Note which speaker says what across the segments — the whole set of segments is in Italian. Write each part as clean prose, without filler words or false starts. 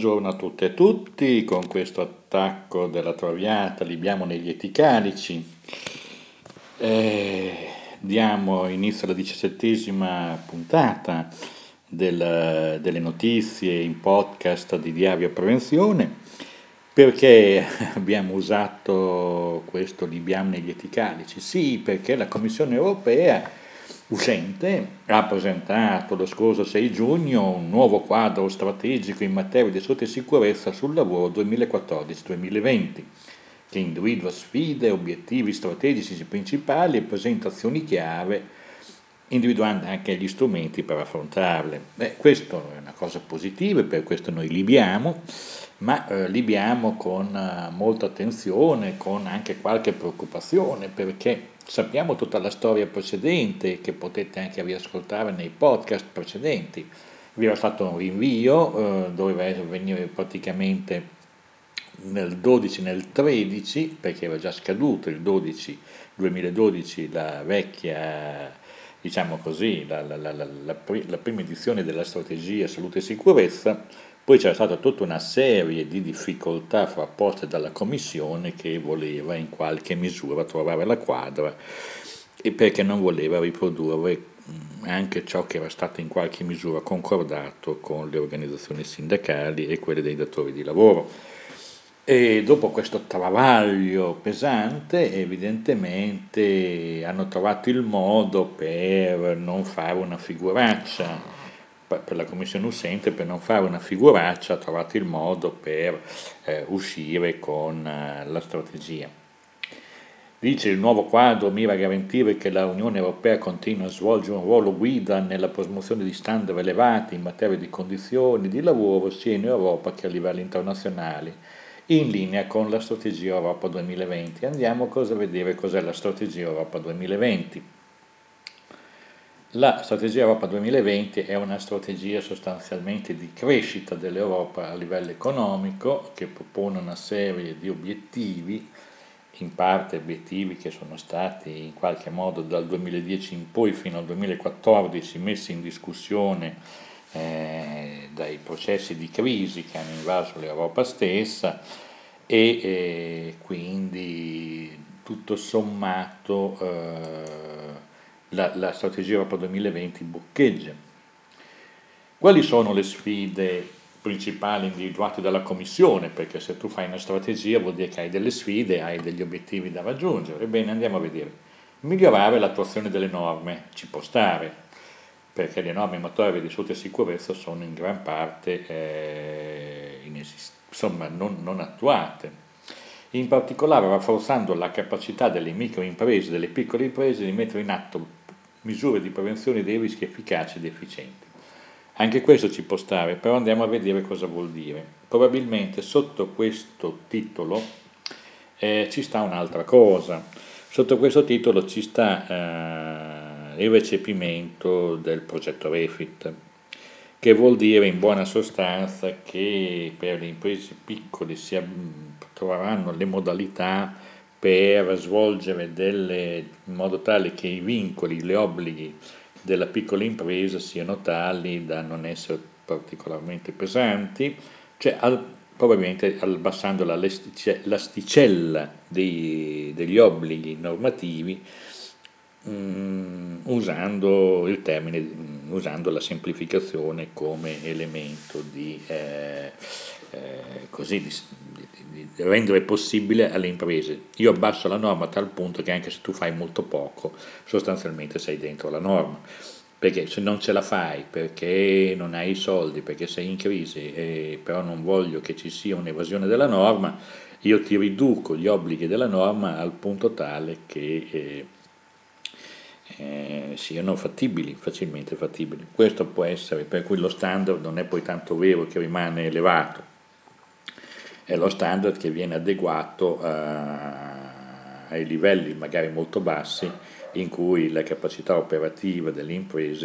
Speaker 1: buongiorno a tutte e tutti con questo attacco della Traviata, libiamo negli eticalici. Diamo inizio alla 17ª puntata delle notizie in podcast di Diario Prevenzione. Perché abbiamo usato questo libiamo negli eticalici? Sì, perché la Commissione europea uscente ha presentato lo scorso 6 giugno un nuovo quadro strategico in materia di salute e sicurezza sul lavoro 2014-2020, che individua sfide, obiettivi strategici principali e presenta azioni chiave, individuando anche gli strumenti per affrontarle. Questo è una cosa positiva e per questo noi libiamo, ma libiamo con molta attenzione, con anche qualche preoccupazione, perché sappiamo tutta la storia precedente che potete anche riascoltare nei podcast precedenti. Vi era stato un rinvio, doveva venire praticamente nel 12, nel 13, perché era già scaduto il 12, 2012 la vecchia, diciamo così, la prima edizione della strategia salute e sicurezza. Poi c'era stata tutta una serie di difficoltà frapposte dalla Commissione che voleva in qualche misura trovare la quadra e perché non voleva riprodurre anche ciò che era stato in qualche misura concordato con le organizzazioni sindacali e quelle dei datori di lavoro. E dopo questo travaglio pesante, evidentemente hanno trovato il modo per non fare una figuraccia, per la commissione uscente, per non fare una figuraccia, ha trovato il modo per uscire con la strategia. Dice il nuovo quadro mira a garantire che la Unione Europea continua a svolgere un ruolo guida nella promozione di standard elevati in materia di condizioni di lavoro sia in Europa che a livello internazionale, in linea con la strategia Europa 2020. Andiamo a vedere cos'è la strategia Europa 2020. La strategia Europa 2020 è una strategia sostanzialmente di crescita dell'Europa a livello economico che propone una serie di obiettivi, in parte obiettivi che sono stati in qualche modo dal 2010 in poi fino al 2014 messi in discussione dai processi di crisi che hanno invaso l'Europa stessa e quindi tutto sommato la strategia Europa 2020 boccheggia. Quali sono le sfide principali individuate dalla Commissione? Perché se tu fai una strategia vuol dire che hai delle sfide, hai degli obiettivi da raggiungere. Ebbene, andiamo a vedere. Migliorare l'attuazione delle norme, ci può stare, perché le norme in materia di salute e sicurezza sono in gran parte non attuate. In particolare rafforzando la capacità delle microimprese e delle piccole imprese di mettere in atto misure di prevenzione dei rischi efficaci ed efficienti. Anche questo ci può stare, però andiamo a vedere cosa vuol dire. Probabilmente sotto questo titolo ci sta un'altra cosa. Sotto questo titolo ci sta il recepimento del progetto Refit, che vuol dire in buona sostanza che per le imprese piccole troveranno le modalità per svolgere in modo tale che i vincoli, gli obblighi della piccola impresa siano tali da non essere particolarmente pesanti, cioè probabilmente abbassando l'asticella degli obblighi normativi, usando il termine, usando la semplificazione come elemento di rendere possibile alle imprese. Io abbasso la norma a tal punto che anche se tu fai molto poco, sostanzialmente sei dentro la norma. Perché se non ce la fai, perché non hai i soldi, perché sei in crisi, però non voglio che ci sia un'evasione della norma, io ti riduco gli obblighi della norma al punto tale che siano facilmente fattibili. Questo può essere, per cui lo standard non è poi tanto vero che rimane elevato, è lo standard che viene adeguato ai livelli magari molto bassi in cui la capacità operativa delle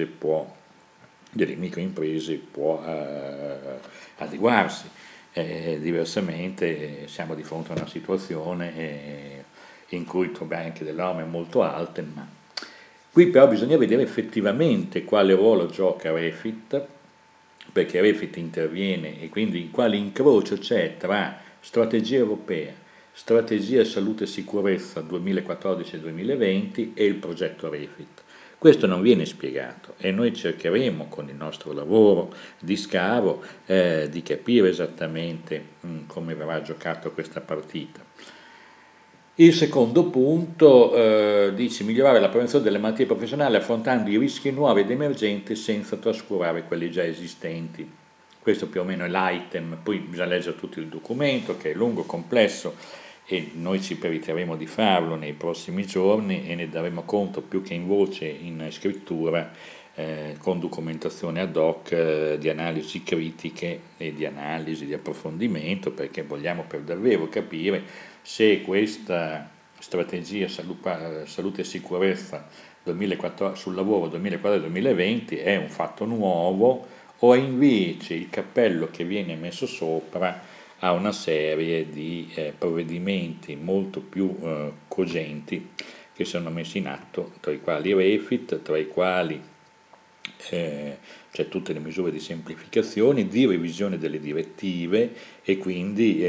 Speaker 1: microimprese può adeguarsi. Diversamente siamo di fronte a una situazione in cui troviamo anche delle norme molto alte, ma qui però bisogna vedere effettivamente quale ruolo gioca Refit, perché Refit interviene e quindi quale incrocio c'è tra strategia europea, strategia salute e sicurezza 2014-2020 e il progetto Refit. Questo non viene spiegato e noi cercheremo con il nostro lavoro di scavo di capire esattamente come verrà giocato questa partita. Il secondo punto dice migliorare la prevenzione delle malattie professionali affrontando i rischi nuovi ed emergenti senza trascurare quelli già esistenti. Questo più o meno è l'item, poi bisogna leggere tutto il documento che è lungo, complesso e noi ci periteremo di farlo nei prossimi giorni e ne daremo conto più che in voce, in scrittura, con documentazione ad hoc di analisi critiche e di analisi, di approfondimento, perché vogliamo per davvero capire se questa strategia salute e sicurezza 2014, sul lavoro 2014-2020 è un fatto nuovo o è invece il cappello che viene messo sopra a una serie di provvedimenti molto più cogenti che sono messi in atto, tra i quali Refit, tra i quali cioè tutte le misure di semplificazione, di revisione delle direttive e quindi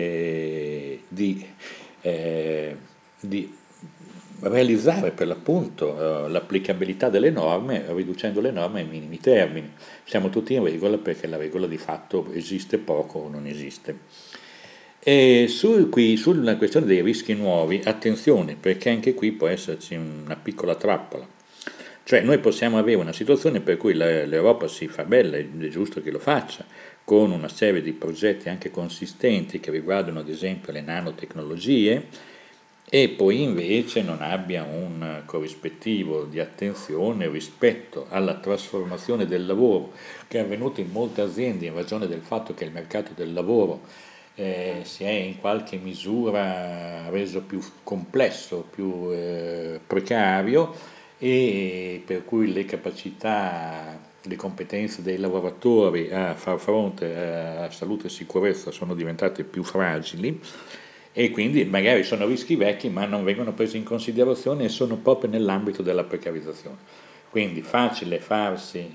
Speaker 1: di realizzare per l'appunto l'applicabilità delle norme riducendo le norme ai minimi termini. Siamo tutti in regola perché la regola di fatto esiste poco o non esiste. E sulla questione dei rischi nuovi, attenzione perché anche qui può esserci una piccola trappola. Cioè noi possiamo avere una situazione per cui l'Europa si fa bella, è giusto che lo faccia, con una serie di progetti anche consistenti che riguardano ad esempio le nanotecnologie e poi invece non abbia un corrispettivo di attenzione rispetto alla trasformazione del lavoro che è avvenuta in molte aziende in ragione del fatto che il mercato del lavoro si è in qualche misura reso più complesso, più precario e per cui le capacità, le competenze dei lavoratori a far fronte a salute e sicurezza sono diventate più fragili e quindi magari sono rischi vecchi ma non vengono presi in considerazione e sono proprio nell'ambito della precarizzazione. Quindi facile farsi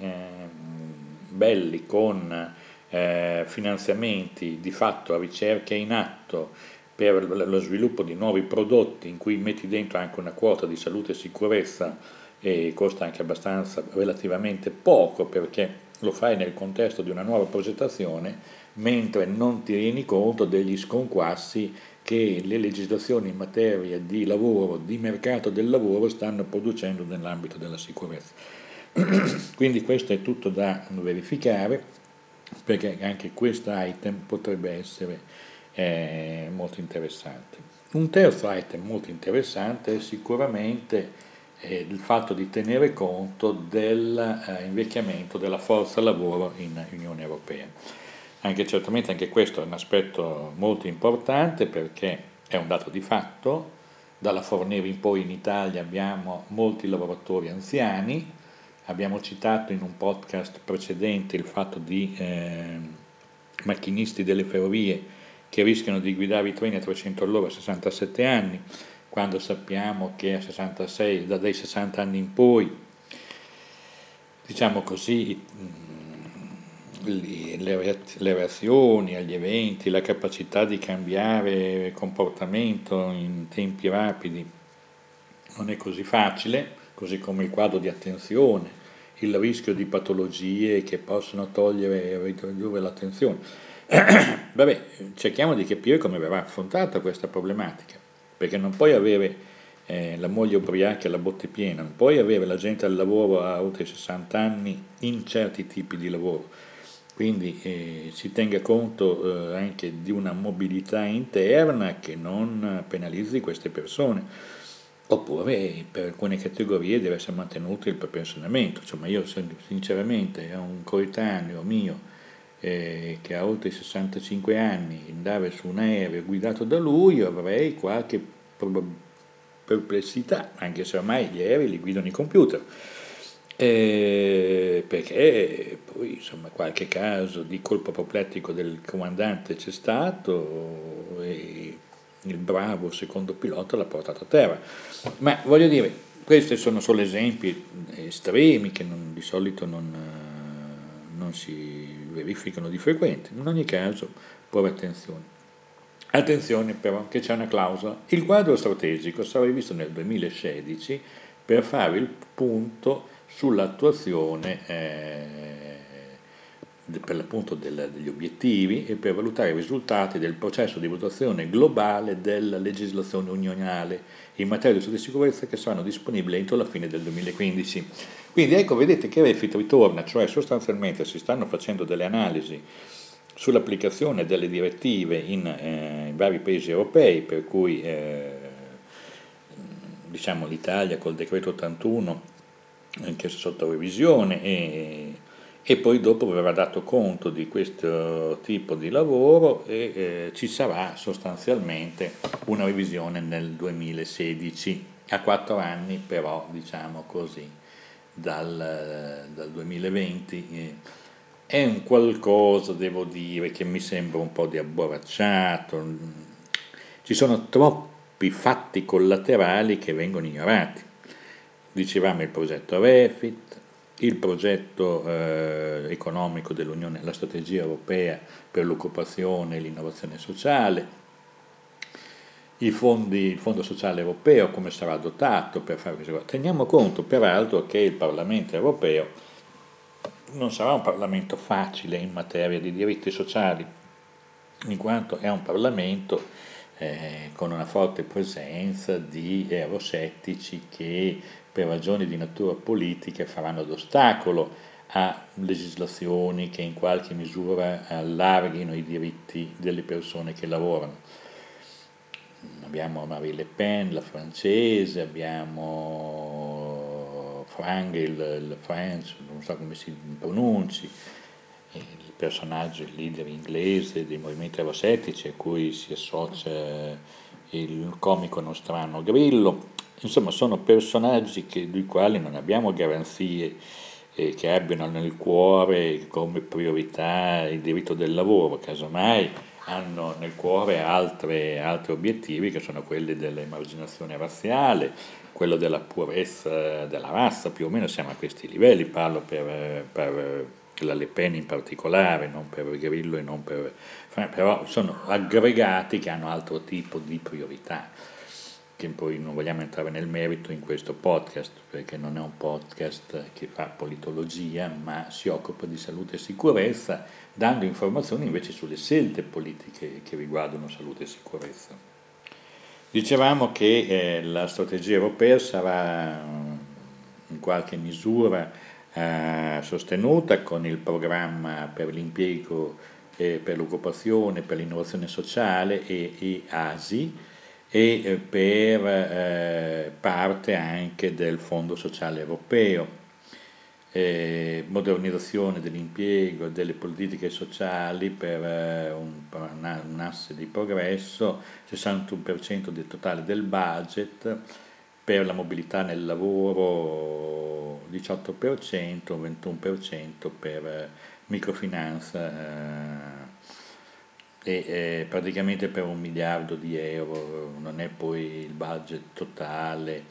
Speaker 1: belli con finanziamenti di fatto a ricerche in atto per lo sviluppo di nuovi prodotti in cui metti dentro anche una quota di salute e sicurezza e costa anche abbastanza relativamente poco perché lo fai nel contesto di una nuova progettazione mentre non ti rendi conto degli sconquassi che le legislazioni in materia di lavoro, di mercato del lavoro stanno producendo nell'ambito della sicurezza. Quindi questo è tutto da verificare perché anche questo item potrebbe essere molto interessante. Un terzo item molto interessante è sicuramente il fatto di tenere conto dell'invecchiamento della forza lavoro in Unione Europea. Certamente anche questo è un aspetto molto importante perché è un dato di fatto, dalla Fornero in poi in Italia abbiamo molti lavoratori anziani, abbiamo citato in un podcast precedente il fatto di macchinisti delle ferrovie che rischiano di guidare i treni a 300 all'ora a 67 anni, quando sappiamo che a 66, dai 60 anni in poi, diciamo così, le reazioni agli eventi, la capacità di cambiare comportamento in tempi rapidi non è così facile, così come il quadro di attenzione, il rischio di patologie che possono togliere o ridurre l'attenzione. Vabbè, cerchiamo di capire come verrà affrontata questa problematica, perché non puoi avere la moglie ubriaca e la botte piena, non puoi avere la gente al lavoro a oltre 60 anni in certi tipi di lavoro, quindi si tenga conto anche di una mobilità interna che non penalizzi queste persone. Oppure per alcune categorie deve essere mantenuto il prepensionamento, insomma io sinceramente a un coetaneo mio che ha oltre 65 anni andare su un aereo guidato da lui avrei qualche perplessità, anche se ormai gli aerei li guidano i computer. Perché poi insomma qualche caso di colpo apoplettico del comandante c'è stato e il bravo secondo pilota l'ha portato a terra. Ma voglio dire, questi sono solo esempi estremi che di solito non si verificano di frequente. In ogni caso, porre attenzione. Attenzione però che c'è una clausola. Il quadro strategico sarà rivisto nel 2016 per fare il punto sull'attuazione per l'appunto degli obiettivi e per valutare i risultati del processo di valutazione globale della legislazione unionale in materia di sicurezza che saranno disponibili entro la fine del 2015. Quindi ecco, vedete che Refit ritorna, cioè sostanzialmente si stanno facendo delle analisi sull'applicazione delle direttive in vari paesi europei, per cui diciamo l'Italia col decreto 81 che è sotto revisione e poi dopo verrà dato conto di questo tipo di lavoro e ci sarà sostanzialmente una revisione nel 2016, a 4 anni però, diciamo così, dal 2020. È un qualcosa, devo dire, che mi sembra un po' di abborracciato, ci sono troppi fatti collaterali che vengono ignorati. Dicevamo il progetto Refit, il progetto economico dell'Unione, la strategia europea per l'occupazione e l'innovazione sociale, il Fondo Sociale Europeo, come sarà dotato per fare queste cose. Teniamo conto peraltro che il Parlamento Europeo non sarà un Parlamento facile in materia di diritti sociali, in quanto è un Parlamento con una forte presenza di euroscettici che per ragioni di natura politica faranno d'ostacolo a legislazioni che in qualche misura allarghino i diritti delle persone che lavorano. Abbiamo Marine Le Pen, la francese, abbiamo il French, non so come si pronunci, il personaggio, il leader inglese dei movimenti euroscettici a cui si associa il comico nostrano Grillo. Insomma, sono personaggi dei quali non abbiamo garanzie che abbiano nel cuore come priorità il diritto del lavoro, casomai hanno nel cuore altri obiettivi che sono quelli dell'emarginazione razziale, quello della purezza della razza, più o meno siamo a questi livelli, parlo per la Le Pen in particolare, non per Grillo e non però sono aggregati che hanno altro tipo di priorità, che poi non vogliamo entrare nel merito in questo podcast, perché non è un podcast che fa politologia, ma si occupa di salute e sicurezza, dando informazioni invece sulle scelte politiche che riguardano salute e sicurezza. Dicevamo che la strategia europea sarà in qualche misura sostenuta con il programma per l'impiego, per l'occupazione, per l'innovazione sociale e ASI e per parte anche del Fondo Sociale Europeo. Modernizzazione dell'impiego e delle politiche sociali per un asse di progresso, 61% del totale del budget, per la mobilità nel lavoro 18%, 21% per microfinanza praticamente per 1 miliardo di euro, non è poi il budget totale,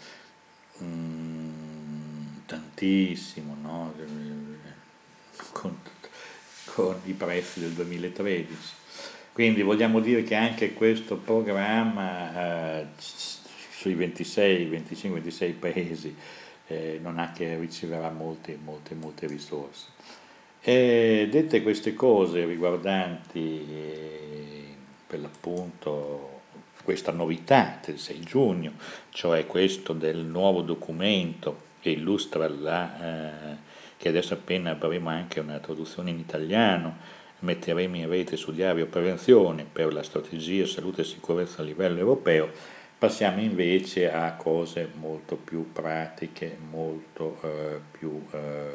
Speaker 1: tantissimo, no? con, con i prezzi del 2013. Quindi vogliamo dire che anche questo programma sui 26, 25, 26 paesi non ha che riceverà molte risorse. E dette queste cose riguardanti per l'appunto questa novità del 6 giugno, cioè questo del nuovo documento che illustra che adesso appena avremo anche una traduzione in italiano, metteremo in rete su Diario Prevenzione per la strategia salute e sicurezza a livello europeo, passiamo invece a cose molto più pratiche, molto più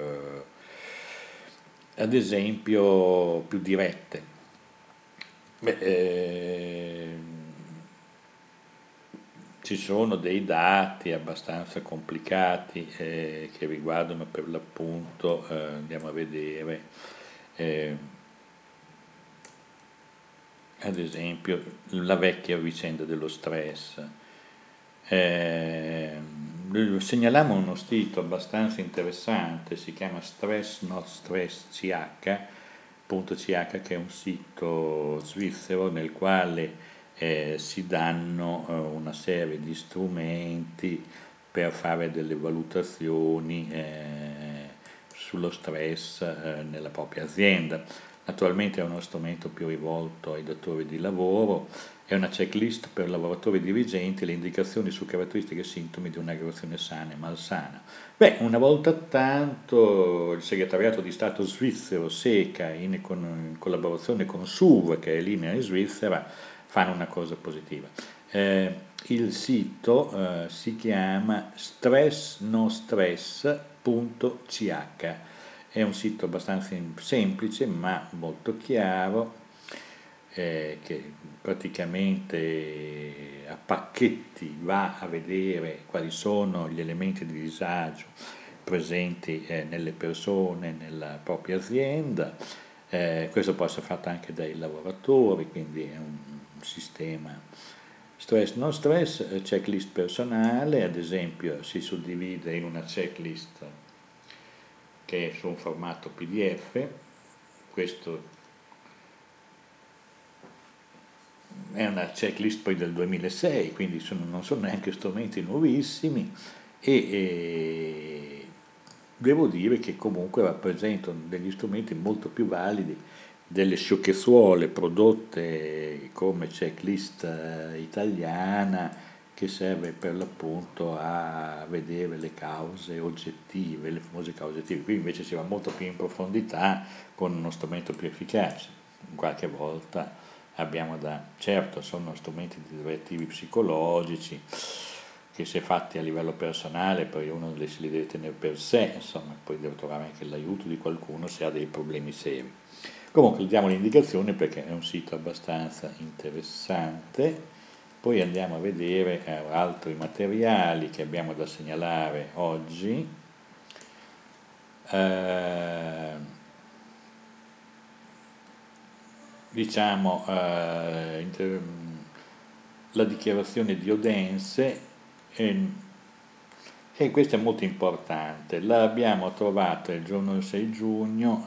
Speaker 1: ad esempio più dirette. Ci sono dei dati abbastanza complicati che riguardano per l'appunto, andiamo a vedere, ad esempio la vecchia vicenda dello stress. Segnaliamo uno sito abbastanza interessante, si chiama Stress Not Stress CH, che è un sito svizzero nel quale si danno una serie di strumenti per fare delle valutazioni sullo stress nella propria azienda. Naturalmente è uno strumento più rivolto ai datori di lavoro, è una checklist per lavoratori dirigenti, le indicazioni su caratteristiche e sintomi di un'aggressione sana e malsana. Beh, una volta tanto il segretariato di Stato svizzero, SECA, in collaborazione con SUV, che è linea in Svizzera, fanno una cosa positiva. Il sito si chiama stressnostress.ch, è un sito abbastanza semplice ma molto chiaro, che praticamente a pacchetti va a vedere quali sono gli elementi di disagio presenti nelle persone, nella propria azienda. Questo può essere fatto anche dai lavoratori, quindi è un sistema stress non stress, checklist personale, ad esempio si suddivide in una checklist che è su un formato PDF, questo è una checklist poi del 2006, quindi non sono neanche strumenti nuovissimi e devo dire che comunque rappresentano degli strumenti molto più validi delle sciocchezzuole prodotte come checklist italiana che serve per l'appunto a vedere le cause oggettive, le famose cause oggettive. Qui invece si va molto più in profondità con uno strumento più efficace. Qualche volta certo, sono strumenti direttivi psicologici che se fatti a livello personale poi uno se li deve tenere per sé, insomma, poi deve trovare anche l'aiuto di qualcuno se ha dei problemi seri. Comunque diamo l'indicazione perché è un sito abbastanza interessante. Poi andiamo a vedere altri materiali che abbiamo da segnalare oggi. Diciamo la dichiarazione di Odense e questo è molto importante. L'abbiamo trovata il giorno 6 giugno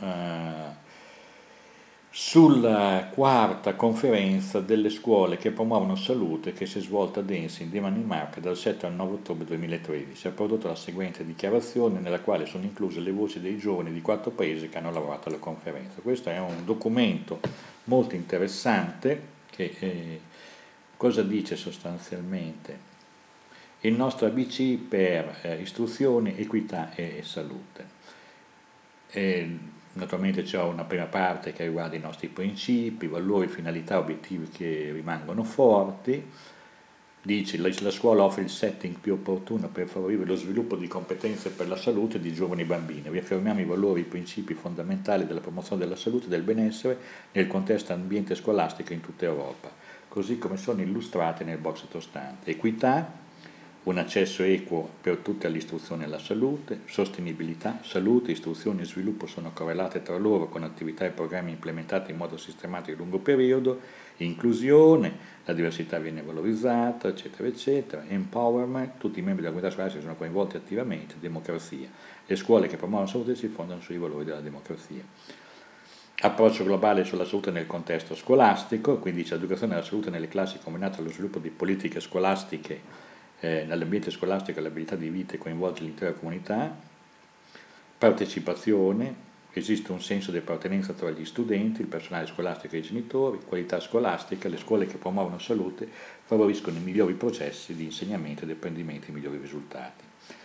Speaker 1: sulla quarta conferenza delle scuole che promuovono salute che si è svolta a Denzi in Danimarca dal 7 al 9 ottobre 2013. Ha prodotto la seguente dichiarazione nella quale sono incluse le voci dei giovani di 4 paesi che hanno lavorato alla conferenza. Questo è un documento molto interessante che cosa dice sostanzialmente? Il nostro ABC per istruzione, equità e salute. Naturalmente c'è una prima parte che riguarda i nostri principi, valori, finalità, obiettivi che rimangono forti. Dice la scuola offre il setting più opportuno per favorire lo sviluppo di competenze per la salute di giovani bambini. Riaffermiamo i valori e i principi fondamentali della promozione della salute e del benessere nel contesto ambiente scolastico in tutta Europa, così come sono illustrati nel box sottostante. Equità, un accesso equo per tutti all'istruzione e alla salute, sostenibilità, salute, istruzione e sviluppo sono correlate tra loro con attività e programmi implementati in modo sistematico a lungo periodo, inclusione, la diversità viene valorizzata, eccetera, eccetera, empowerment, tutti i membri della comunità scolastica sono coinvolti attivamente, democrazia, le scuole che promuovono la salute si fondano sui valori della democrazia. Approccio globale sulla salute nel contesto scolastico, quindi c'è l'educazione alla salute nelle classi combinata allo sviluppo di politiche scolastiche nell'ambiente scolastico e l'abilità di vita coinvolge l'intera comunità, partecipazione, esiste un senso di appartenenza tra gli studenti, il personale scolastico e i genitori, qualità scolastica, le scuole che promuovono salute favoriscono i migliori processi di insegnamento ed apprendimento e i migliori risultati.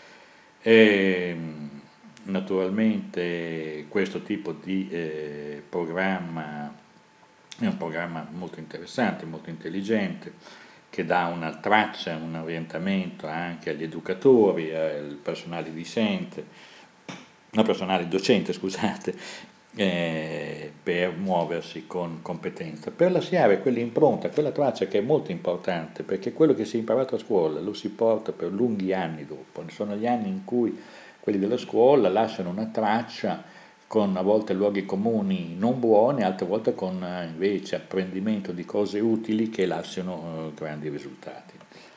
Speaker 1: Naturalmente questo tipo di programma è un programma molto interessante, molto intelligente, che dà una traccia, un orientamento anche agli educatori, al personale discente, al personale docente, scusate, per muoversi con competenza, per lasciare quell'impronta, quella traccia che è molto importante, perché quello che si è imparato a scuola lo si porta per lunghi anni dopo, sono gli anni in cui quelli della scuola lasciano una traccia con a volte luoghi comuni non buoni, altre volte con invece apprendimento di cose utili che lasciano grandi risultati.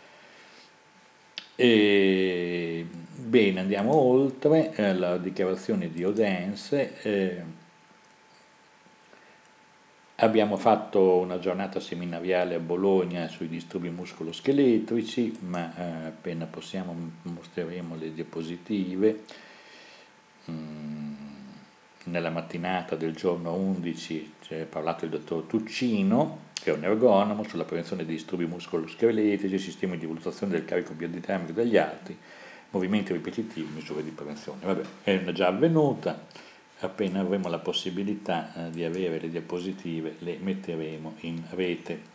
Speaker 1: Bene, andiamo oltre la dichiarazione di Odense. Abbiamo fatto una giornata seminariale a Bologna sui disturbi muscoloscheletrici, ma appena possiamo mostreremo le diapositive. Nella mattinata del giorno 11 ci ha parlato il dottor Tuccino, che è un ergonomo, sulla prevenzione dei disturbi muscoloscheletrici, sistemi di valutazione del carico biodinamico degli altri, movimenti ripetitivi, misure di prevenzione. Vabbè, è già avvenuta, appena avremo la possibilità di avere le diapositive le metteremo in rete.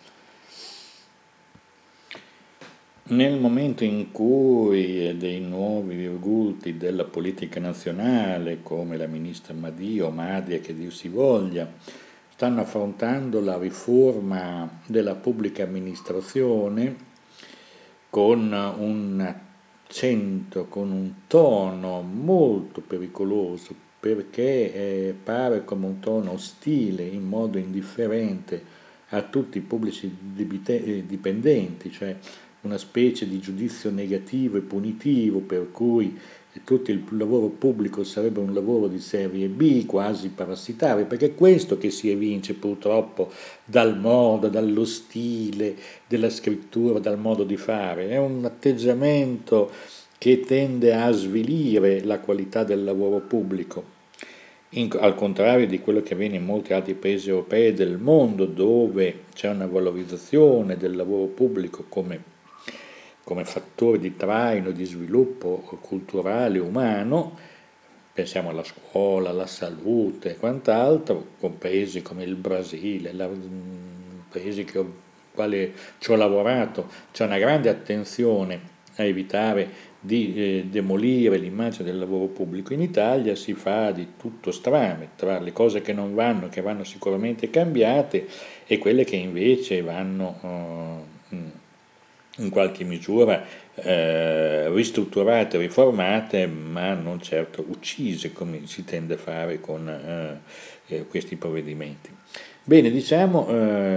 Speaker 1: Nel momento in cui dei nuovi virgulti della politica nazionale, come la ministra Madia o Madia che dir si voglia, stanno affrontando la riforma della pubblica amministrazione con un accento, con un tono molto pericoloso, perché pare come un tono ostile, in modo indifferente a tutti i pubblici dipendenti, cioè una specie di giudizio negativo e punitivo per cui tutto il lavoro pubblico sarebbe un lavoro di serie B, quasi parassitario, perché è questo che si evince purtroppo dal modo, dallo stile della scrittura, dal modo di fare. È un atteggiamento che tende a svilire la qualità del lavoro pubblico. Al contrario di quello che avviene in molti altri paesi europei del mondo, dove c'è una valorizzazione del lavoro pubblico come fattore di traino, di sviluppo culturale, umano, pensiamo alla scuola, alla salute e quant'altro, con paesi come il Brasile, paesi con i quali ci ho lavorato, c'è una grande attenzione a evitare di demolire l'immagine del lavoro pubblico. In Italia si fa di tutto strame tra le cose che non vanno, che vanno sicuramente cambiate, e quelle che invece vanno in qualche misura ristrutturate, riformate, ma non certo uccise come si tende a fare con questi provvedimenti. Bene, diciamo,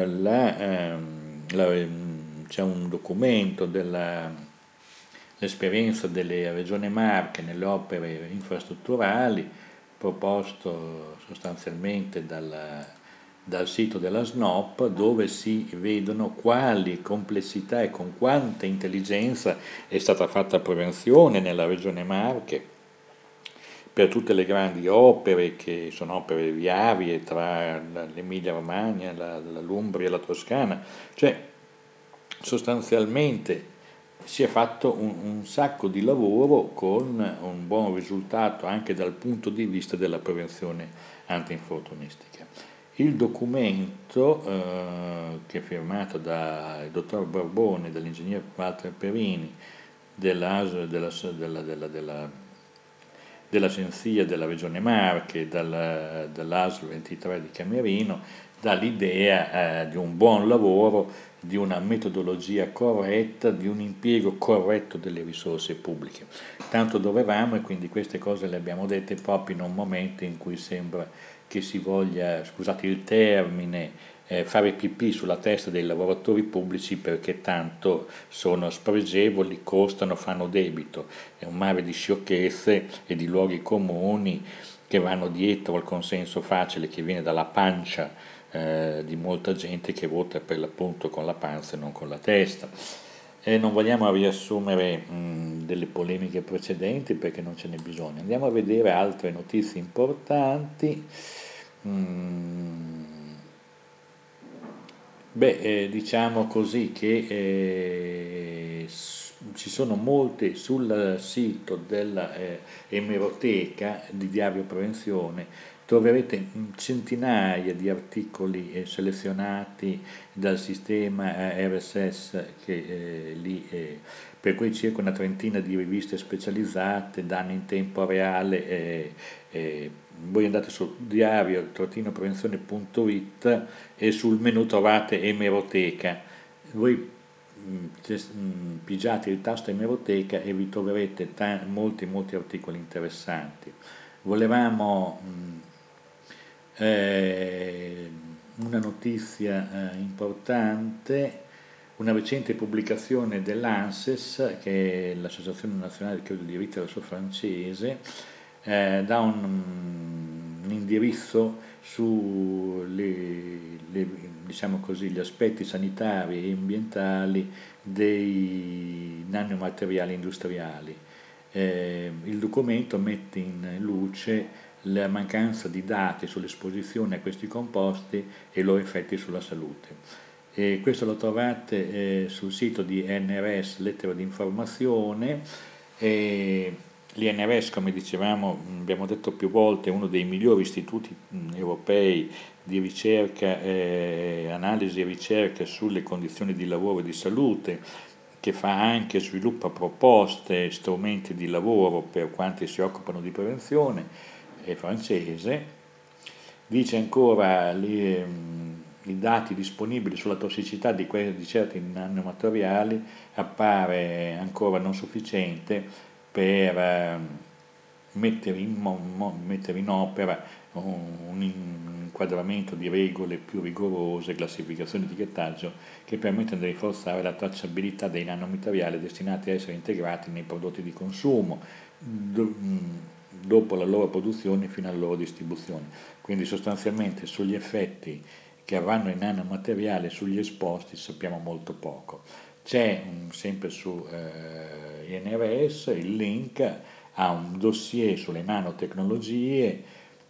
Speaker 1: c'è un documento dell'esperienza delle Regione Marche nelle opere infrastrutturali, proposto sostanzialmente dal sito della SNOP, dove si vedono quali complessità e con quanta intelligenza è stata fatta prevenzione nella Regione Marche per tutte le grandi opere che sono opere viarie tra l'Emilia Romagna, l'Umbria e la Toscana, cioè sostanzialmente si è fatto un sacco di lavoro con un buon risultato anche dal punto di vista della prevenzione antinfortunistica. Il documento, che è firmato dal dottor Barbone, dall'ingegner Walter Perini, dell'Agenzia della Regione Marche, dall'ASL 23 di Camerino, dà l'idea di un buon lavoro, di una metodologia corretta, di un impiego corretto delle risorse pubbliche. Tanto dovevamo, e quindi queste cose le abbiamo dette proprio in un momento in cui sembra che si voglia, scusate il termine, fare pipì sulla testa dei lavoratori pubblici perché tanto sono spregevoli, costano, fanno debito. È un mare di sciocchezze e di luoghi comuni che vanno dietro al consenso facile che viene dalla pancia di molta gente che vota per l'appunto con la panza e non con la testa. Non vogliamo riassumere delle polemiche precedenti perché non ce n'è bisogno. Andiamo a vedere altre notizie importanti. Diciamo così che ci sono molte sul sito della emeroteca di Diario Prevenzione, troverete centinaia di articoli selezionati dal sistema RSS per cui circa una trentina di riviste specializzate danno in tempo reale. Voi andate su diario-prevenzione.it e sul menu trovate emeroteca. Voi pigiate il tasto emeroteca e vi troverete molti articoli interessanti. Volevamo una notizia importante, una recente pubblicazione dell'ANSES, che è l'Associazione Nazionale del Diritti della Sua francese, dà un indirizzo su diciamo così, gli aspetti sanitari e ambientali dei nanomateriali industriali. Il documento mette in luce la mancanza di dati sull'esposizione a questi composti e i loro effetti sulla salute. E questo lo trovate sul sito di NRS Lettera di Informazione. E l'INRS, come dicevamo, abbiamo detto più volte, è uno dei migliori istituti europei di ricerca, analisi e ricerca sulle condizioni di lavoro e di salute, che fa anche, sviluppa proposte, strumenti di lavoro per quanti si occupano di prevenzione, è francese. Dice ancora i dati disponibili sulla tossicità di certi nanomateriali appare ancora non sufficiente per mettere in opera un inquadramento di regole più rigorose, classificazione e etichettaggio che permettono di rinforzare la tracciabilità dei nanomateriali destinati a essere integrati nei prodotti di consumo dopo la loro produzione fino alla loro distribuzione. Quindi sostanzialmente sugli effetti che avranno i nanomateriali sugli esposti sappiamo molto poco. C'è sempre su INRS il link a un dossier sulle nanotecnologie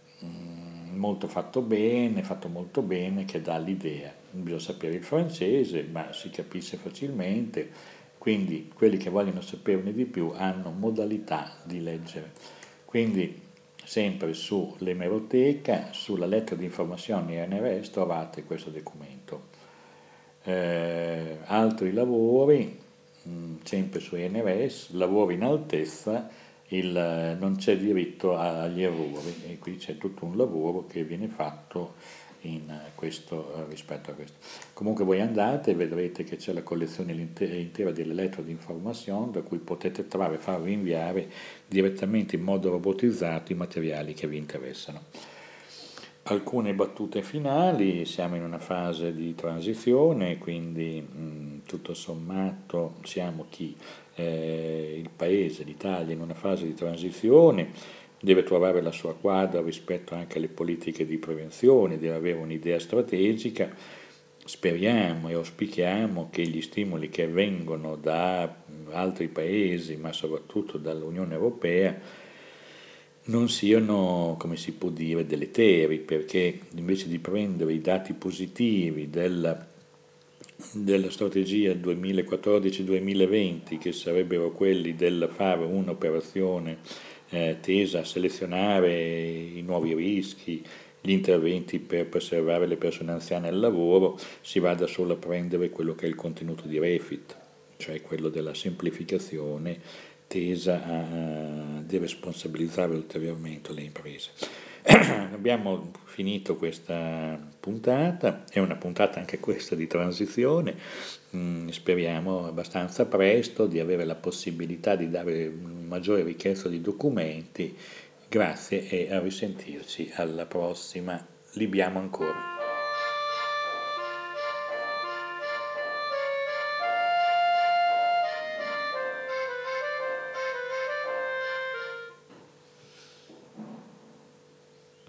Speaker 1: fatto molto bene, che dà l'idea. Bisogna sapere il francese, ma si capisce facilmente, quindi quelli che vogliono saperne di più hanno modalità di leggere. Quindi sempre sull'emeroteca, sulla lettera di informazioni NRS trovate questo documento. Altri lavori, sempre su NRS, lavori in altezza, non c'è diritto agli errori, e qui c'è tutto un lavoro che viene fatto rispetto a questo. Comunque voi andate e vedrete che c'è la collezione intera delle lettere di informazione da cui potete farvi inviare direttamente in modo robotizzato i materiali che vi interessano. Alcune battute finali: siamo in una fase di transizione, quindi tutto sommato siamo il paese, l'Italia, in una fase di transizione, deve trovare la sua quadra rispetto anche alle politiche di prevenzione, deve avere un'idea strategica. Speriamo e auspichiamo che gli stimoli che vengono da altri paesi, ma soprattutto dall'Unione Europea, non siano, come si può dire, deleteri, perché invece di prendere i dati positivi della strategia 2014-2020, che sarebbero quelli del fare un'operazione tesa a selezionare i nuovi rischi, gli interventi per preservare le persone anziane al lavoro, si vada solo a prendere quello che è il contenuto di Refit, cioè quello della semplificazione tesa a deresponsabilizzare ulteriormente le imprese. Abbiamo finito questa puntata, è una puntata anche questa di transizione, speriamo abbastanza presto di avere la possibilità di dare maggiore ricchezza di documenti. Grazie e a risentirci alla prossima. Libiamo ancora.